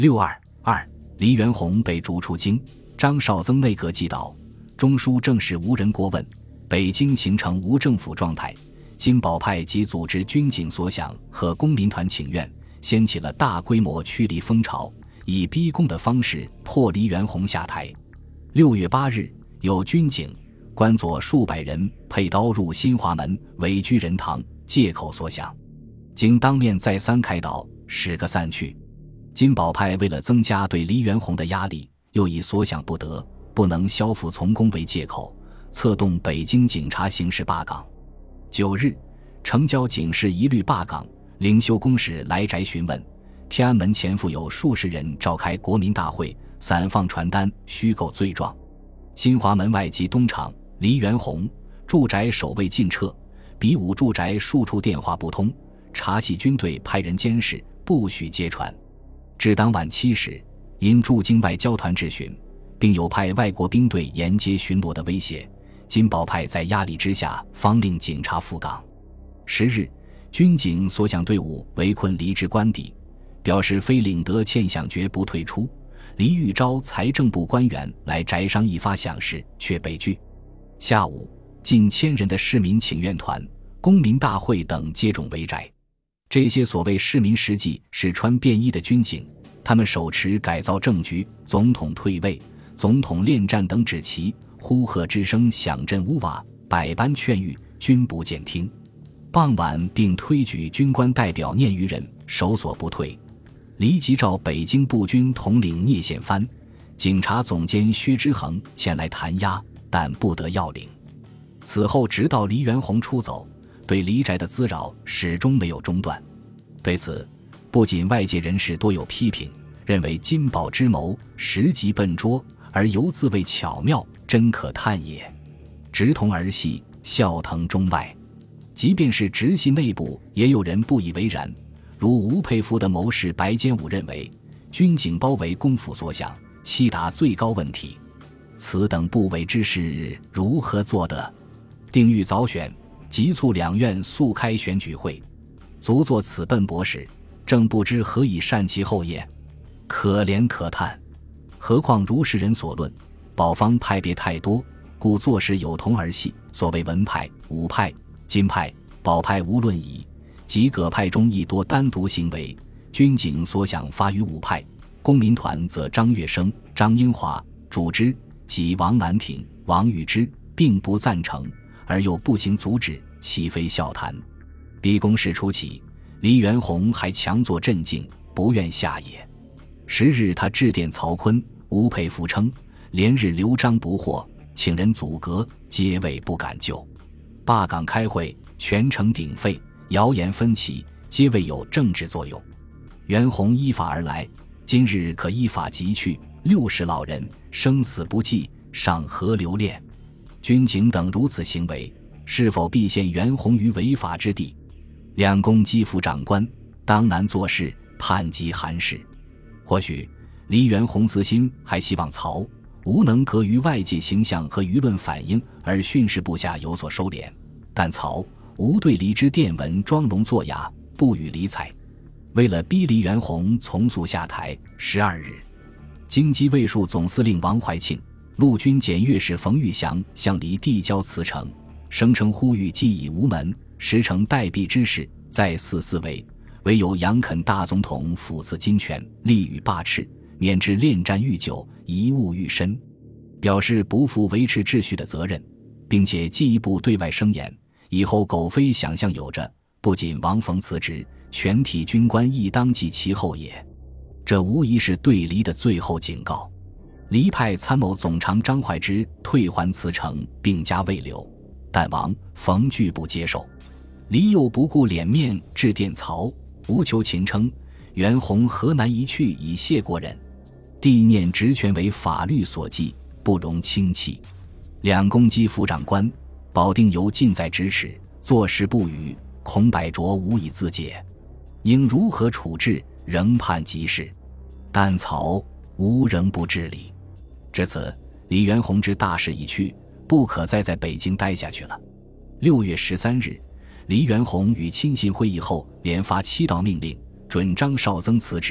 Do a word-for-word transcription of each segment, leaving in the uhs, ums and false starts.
六二二，黎元洪被逐出京，张绍曾内阁既倒，中书政事无人过问，北京形成无政府状态。金宝派即组织军警所想和公民团请愿，掀起了大规模驱离风潮，以逼宫的方式迫黎元洪下台。六月八日，有军警官佐数百人佩刀入新华门，围居人堂，借口所想。经当面再三开导，使个散去。金宝派为了增加对黎元洪的压力，又以所想不得，不能消服从公为借口，策动北京警察刑事罢岗。九日，城郊警士一律罢岗，领袖公使来宅询问。天安门前附有数十人召开国民大会，散放传单，虚构罪状。新华门外及东厂、黎元洪住宅守卫尽撤，比武住宅数处电话不通，察系军队派人监视，不许接传。至当晚七时，因驻京外交团质询，并有派外国兵队沿街巡逻的威胁，金宝派在压力之下方令警察赴岗。十日，军警所想队伍围困黎之官邸，表示非领得欠饷绝不退出。黎欲招财政部官员来宅商议发饷事，却被拒。下午，近千人的市民请愿团、公民大会等接踵围宅。这些所谓市民实际是穿便衣的军警，他们手持改造政局、总统退位、总统恋战等纸旗，呼喝之声响震屋瓦，百般劝谕均不见听。傍晚并推举军官代表念余人，守所不退。黎即召北京步军统领聂宪藩、警察总监薛之衡前来弹压，但不得要领。此后直到黎元洪出走，对黎宅的滋扰始终没有中断。对此，不仅外界人士多有批评，认为金宝之谋实极笨拙，而犹自谓巧妙，真可叹也。直同儿戏，笑腾中外。即便是直系内部，也有人不以为然。如吴佩孚的谋士白坚武认为，军警包围公府所想，欺达最高问题，此等不为之事如何做得？定欲早选，急促两院速开选举会，足作此笨博士，正不知何以善其后也。可怜可叹。何况如时人所论，保方派别太多，故做事有同儿戏。所谓文派、武派、金派、保派无论矣，即各派中亦多单独行为。军警所想发于武派，公民团则张月生、张英华主之，及王兰亭、王玉之并不赞成，而又不行阻止，岂非笑谈？逼宫事初起，黎元洪还强作镇静，不愿下也。十日，他致电曹锟、吴佩孚称，连日留章不获，请人阻隔，皆谓不敢就。罢岗开会，全城鼎沸，谣言分起，皆未有政治作用。元洪依法而来，今日可依法即去，六十老人生死不计，尚何留恋？军警等如此行为，是否必陷元洪于违法之地？两宫基辅长官当难做事，盼及韩氏。或许黎元洪自心还希望曹吴能隔于外界形象和舆论反应而训示部下有所收敛，但曹吴对黎之电文装聋作哑，不予理睬。为了逼黎元洪从速下台，十二日，京畿卫戍总司令王怀庆、陆军检阅使冯玉祥向黎递交辞呈，声称呼吁既已无门，实成待毙之事，再四思维，唯有杨肯大总统抚赐金权，力与罢斥，免至恋战愈久，贻误愈深，表示不负维持秩序的责任，并且进一步对外声言，以后苟非想象有着，不仅王冯辞职，全体军官亦当继其后也。这无疑是对黎的最后警告。黎派参谋总长张怀之退还辞呈，并加未留，但王冯拒不接受。黎又不顾脸面致电曹吴求情称，元洪何难一去以谢国人，帝念职权为法律所记，不容轻弃。两宫基辅长官保定犹近在咫尺，坐视不语，恐百卓无以自解，应如何处置，仍盼即事。但曹吴仍不治理。至此，黎元洪之大势已去，不可再在北京待下去了。六月十三日，黎元洪与亲信会议后，连发七道命令，准张绍曾辞职，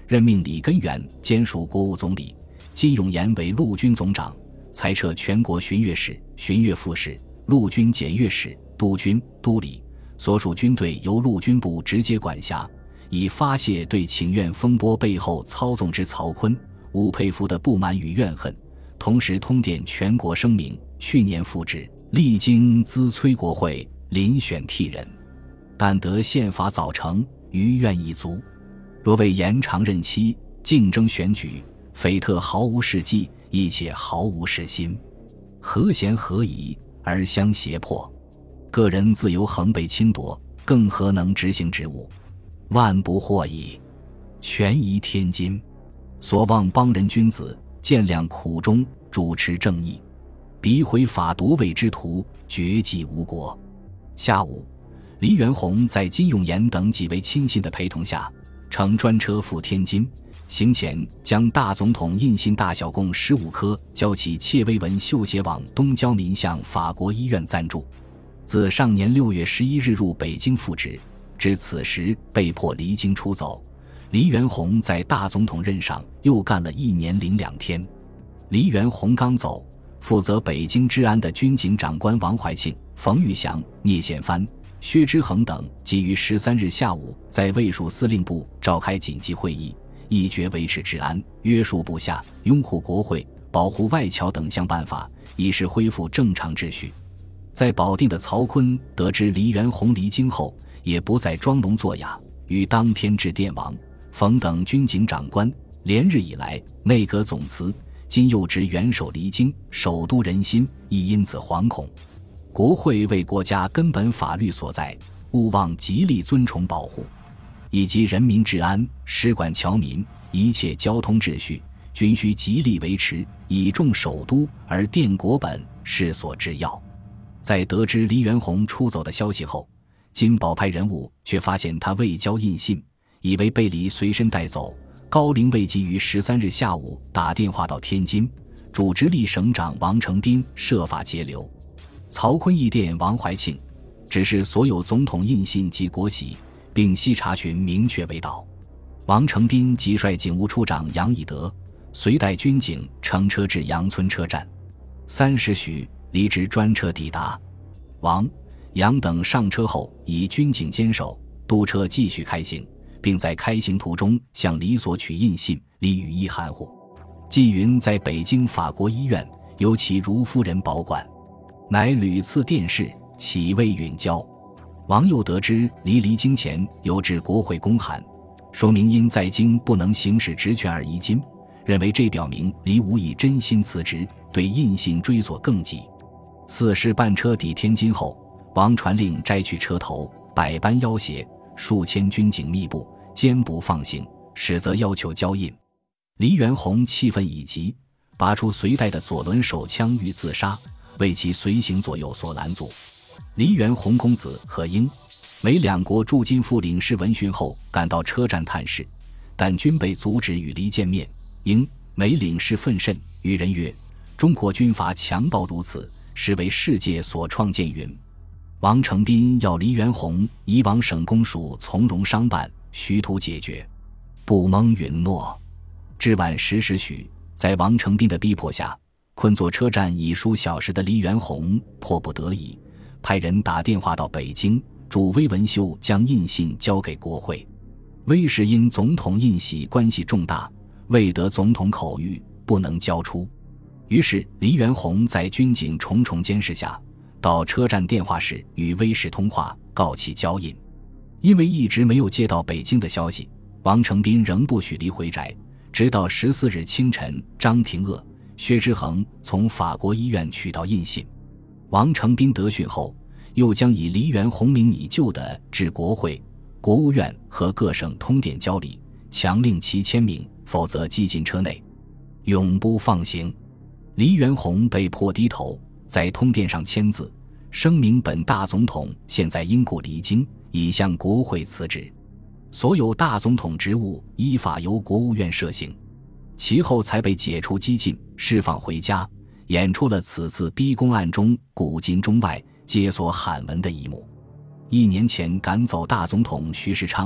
任命李根源兼署国务总理，金永言为陆军总长，裁撤全国巡阅使、巡阅副使、陆军检阅使、督军、都理，所属军队由陆军部直接管辖，以发泄对请愿风波背后操纵之曹锟、吴佩孚的不满与怨恨，同时通电全国声明，去年复职，历经资催国会遴选替人，但得宪法早成，余愿已足。若为延长任期，竞争选举，匪特毫无事迹，亦且毫无事心，何嫌何以而相胁迫？个人自由恒被侵夺，更何能执行职务？万不获矣。权宜天津，所望邦人君子见量苦衷，主持正义，诋毁法夺位之徒，绝迹无国。下午，黎元洪在金永言等几位亲信的陪同下，乘专车赴天津，行前将大总统印信大小共十五颗交其窃微文绣写往东交民向法国医院暂住。自上年六月十一日入北京复职，至此时被迫离京出走，黎元洪在大总统任上又干了一年零两天。黎元洪刚走，负责北京治安的军警长官王怀庆、冯玉祥、聂宪藩、薛之衡等即于十三日下午在卫戍司令部召开紧急会议，议决维持治安、约束部下、拥护国会、保护外侨等项办法，以使恢复正常秩序。在保定的曹锟得知黎元洪离京后，也不再装聋作哑，于当天致电王、冯等军警长官，连日以来内阁总辞，今又值元首离京，首都人心亦因此惶恐。国会为国家根本法律所在，务望极力尊崇保护，以及人民治安、使馆侨民一切交通秩序，均需极力维持，以重首都而奠国本，是所之要。在得知黎元洪出走的消息后，金保派人物却发现他未交印信，以为被黎随身带走。高陵卫即于十三日下午打电话到天津，主直隶省长王承斌设法截留。曹锟亦电王怀庆，指示所有总统印信及国玺，并悉查询明确为导。王承斌即率警务处长杨以德随带军警乘车至杨村车站，三时许黎至专车抵达。王、杨等上车后，以军警坚守，督车继续开行，并在开行途中向黎索取印信，黎语意含糊。纪云在北京法国医院由其如夫人保管，乃屡次电示，岂未允交。王又得知黎离京前有至国会公函，说明因在京不能行使职权而移京，认为这表明黎无意真心辞职，对印信追索更急。四时半车抵天津后，王传令摘去车头，百般要挟，数千军警密布，坚不放行，实则要求交印。黎元洪气愤已极，拔出随带的左轮手枪欲自杀，为其随行左右所拦阻。黎元洪公子何英、美两国驻金副领事闻讯后赶到车站探视，但均被阻止与黎见面。英、美领事愤甚，与人曰：中国军阀强暴如此，实为世界所创建云。王承斌要黎元洪移往省公署从容商办，徐图解决，不蒙允诺。至晚十时许，在王承斌的逼迫下，困坐车站已数小时的黎元洪迫不得已，派人打电话到北京，嘱威文秀将印信交给国会。威是因总统印玺关系重大，未得总统口谕，不能交出。于是黎元洪在军警重重监视下，到车站电话室与威士通话，告其交印。因为一直没有接到北京的消息，王承斌仍不许黎回宅，直到十四日清晨，张廷鄂、薛之衡从法国医院取到印信。王承斌得讯后，又将以黎元洪名已旧的至国会、国务院和各省通电交理，强令其签名，否则击进车内，永不放行。黎元洪被迫低头，在通电上签字，声明本大总统现在因故离京，已向国会辞职，所有大总统职务依法由国务院设行。其后才被解除激进，释放回家，演出了此次逼宫案中古今中外皆所罕闻的一幕。一年前赶走大总统徐世昌，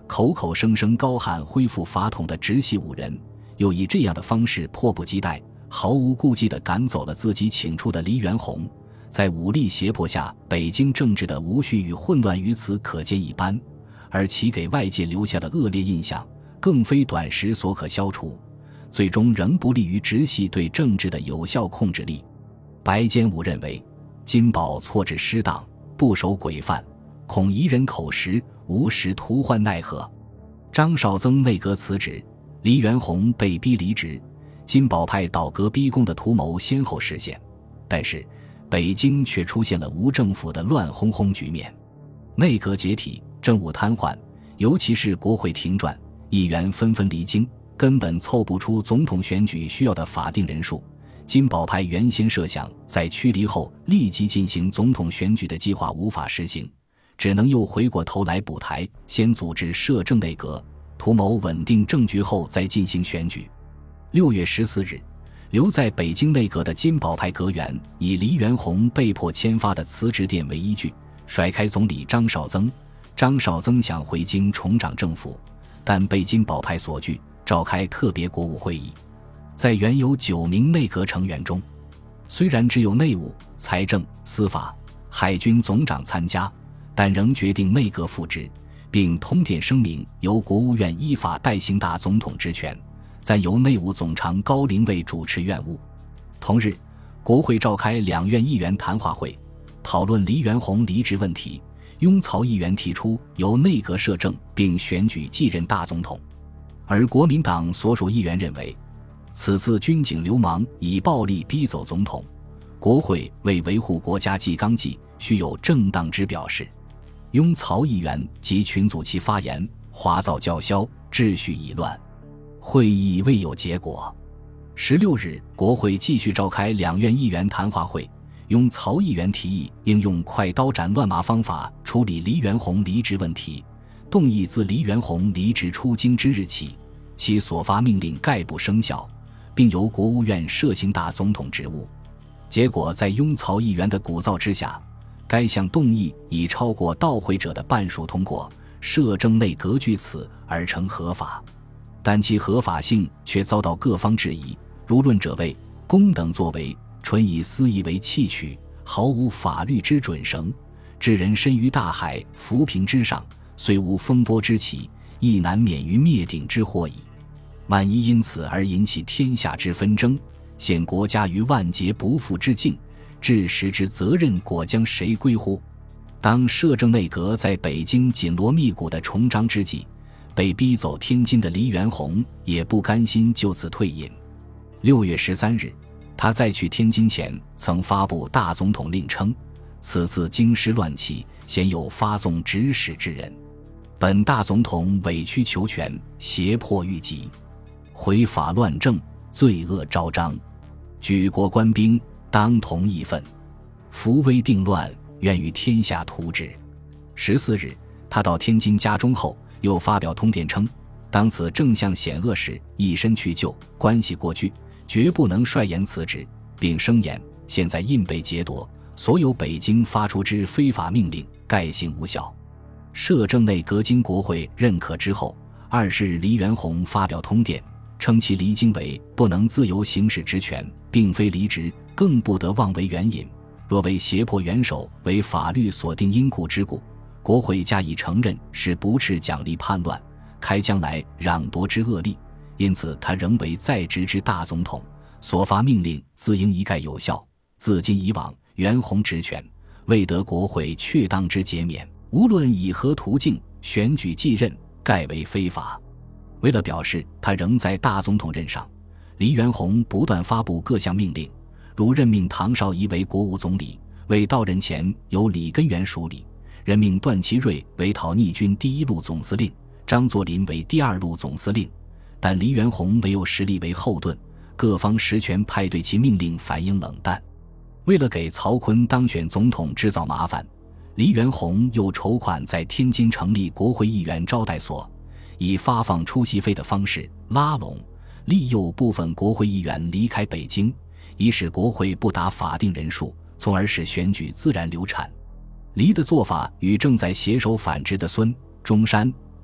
口口声声高喊恢复法统的直系五人，又以这样的方式迫不及待、毫无顾忌地赶走了自己请出的黎元洪。在武力胁迫下，北京政治的无序与混乱于此可见一斑，而其给外界留下的恶劣印象更非短时所可消除，最终仍不利于直系对政治的有效控制力。白坚武认为，金宝错置失当，不守规范，恐夷人口实，无时徒患奈何。张绍曾内阁辞职，黎元洪被逼离职，金宝派倒戈逼宫的图谋先后实现，但是北京却出现了无政府的乱哄哄局面。内阁解体，政务瘫痪，尤其是国会停转，议员纷纷离京，根本凑不出总统选举需要的法定人数。金宝派原先设想在驱离后立即进行总统选举的计划无法实行，只能又回过头来补台，先组织摄政内阁，图谋稳定政局后再进行选举。六月十四日，留在北京内阁的金宝派阁员以黎元洪被迫签发的辞职电为依据，甩开总理张绍曾。张绍曾想回京重掌政府，但被金宝派所拒，召开特别国务会议。在原有九名内阁成员中，虽然只有内务、财政、司法、海军总长参加，但仍决定内阁复职，并通电声明由国务院依法代行大总统职权，暂由内务总长高林卫主持院务。同日，国会召开两院议员谈话会，讨论黎元洪离职问题。拥曹议员提出由内阁摄政并选举继任大总统，而国民党所属议员认为，此次军警流氓以暴力逼走总统，国会为维护国家纪纲纪，须有正当之表示。拥曹议员及群组其发言，哗噪叫嚣，秩序已乱。会议未有结果。十六日，国会继续召开两院议员谈话会，拥曹议员提议应用快刀斩乱麻方法处理黎元洪离职问题，动议自黎元洪离职出京之日起，其所发命令概不生效，并由国务院摄行大总统职务。结果在拥曹议员的鼓噪之下，该项动议已超过到会者的半数通过，摄政内阁据此而成合法。但其合法性却遭到各方质疑，如论者谓公等作为纯以私意为器取，毫无法律之准绳，致人身于大海浮萍之上，虽无风波之起，亦难免于灭顶之祸矣。万一因此而引起天下之纷争，陷国家于万劫不复之境，至时之责任果将谁归乎？当摄政内阁在北京紧锣密鼓的重章之际，被逼走天津的黎元洪也不甘心就此退隐。六月十三日，他在去天津前曾发布大总统令称，此次京师乱起，鲜有发纵指使之人，本大总统委曲求全，胁迫欲急，毁法乱政，罪恶昭彰，举国官兵当同义愤，扶危定乱，愿与天下图之。十四日，他到天津家中后，又发表通电称，当此正向险恶时，一身去就，关系过去，绝不能率言辞职，并声言现在印被劫夺，所有北京发出之非法命令概行无效。摄政内阁经国会认可之后，二十日黎元洪发表通电，称其离京为不能自由行使职权，并非离职，更不得妄为援引，若为胁迫元首为法律所定因故之故，国会加以承认是不斥奖励叛乱，开将来攘夺之恶例，因此他仍为在职之大总统，所发命令自应一概有效。自今以往，元洪职权未得国会确当之减免，无论以何途径选举继任，概为非法。为了表示他仍在大总统任上，黎元洪不断发布各项命令，如任命唐绍仪为国务总理，未到任前由李根源署理；任命段祺瑞为讨逆军第一路总司令，张作霖为第二路总司令。但黎元洪没有实力为后盾，各方实权派对其命令反应冷淡。为了给曹锟当选总统制造麻烦，黎元洪又筹款在天津成立国会议员招待所，以发放出席费的方式拉拢利诱部分国会议员离开北京，以使国会不达法定人数，从而使选举自然流产。黎的做法与正在携手反制的孙、中山、段、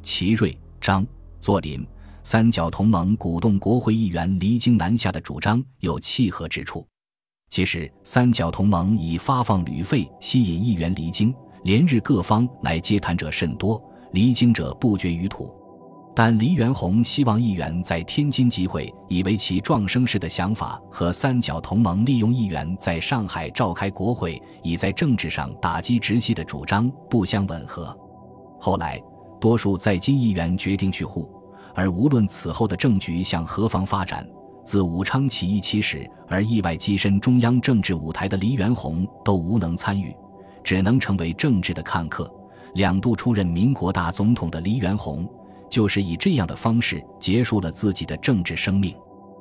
齐瑞、张、作霖三角同盟鼓动国会议员离京南下的主张有契合之处。其实三角同盟以发放旅费吸引议员离京，连日各方来接谈者甚多，离京者不绝于途。但黎元洪希望议员在天津集会，以为其壮声势的想法和三角同盟利用议员在上海召开国会，以在政治上打击直系的主张不相吻合。后来多数在京议员决定去沪，而无论此后的政局向何方发展，自武昌起义起始而意外跻身中央政治舞台的黎元洪都无能参与，只能成为政治的看客。两度出任民国大总统的黎元洪就是以这样的方式结束了自己的政治生命。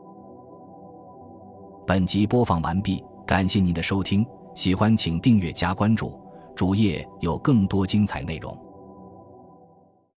本集播放完毕，感谢您的收听，喜欢请订阅加关注，主页有更多精彩内容。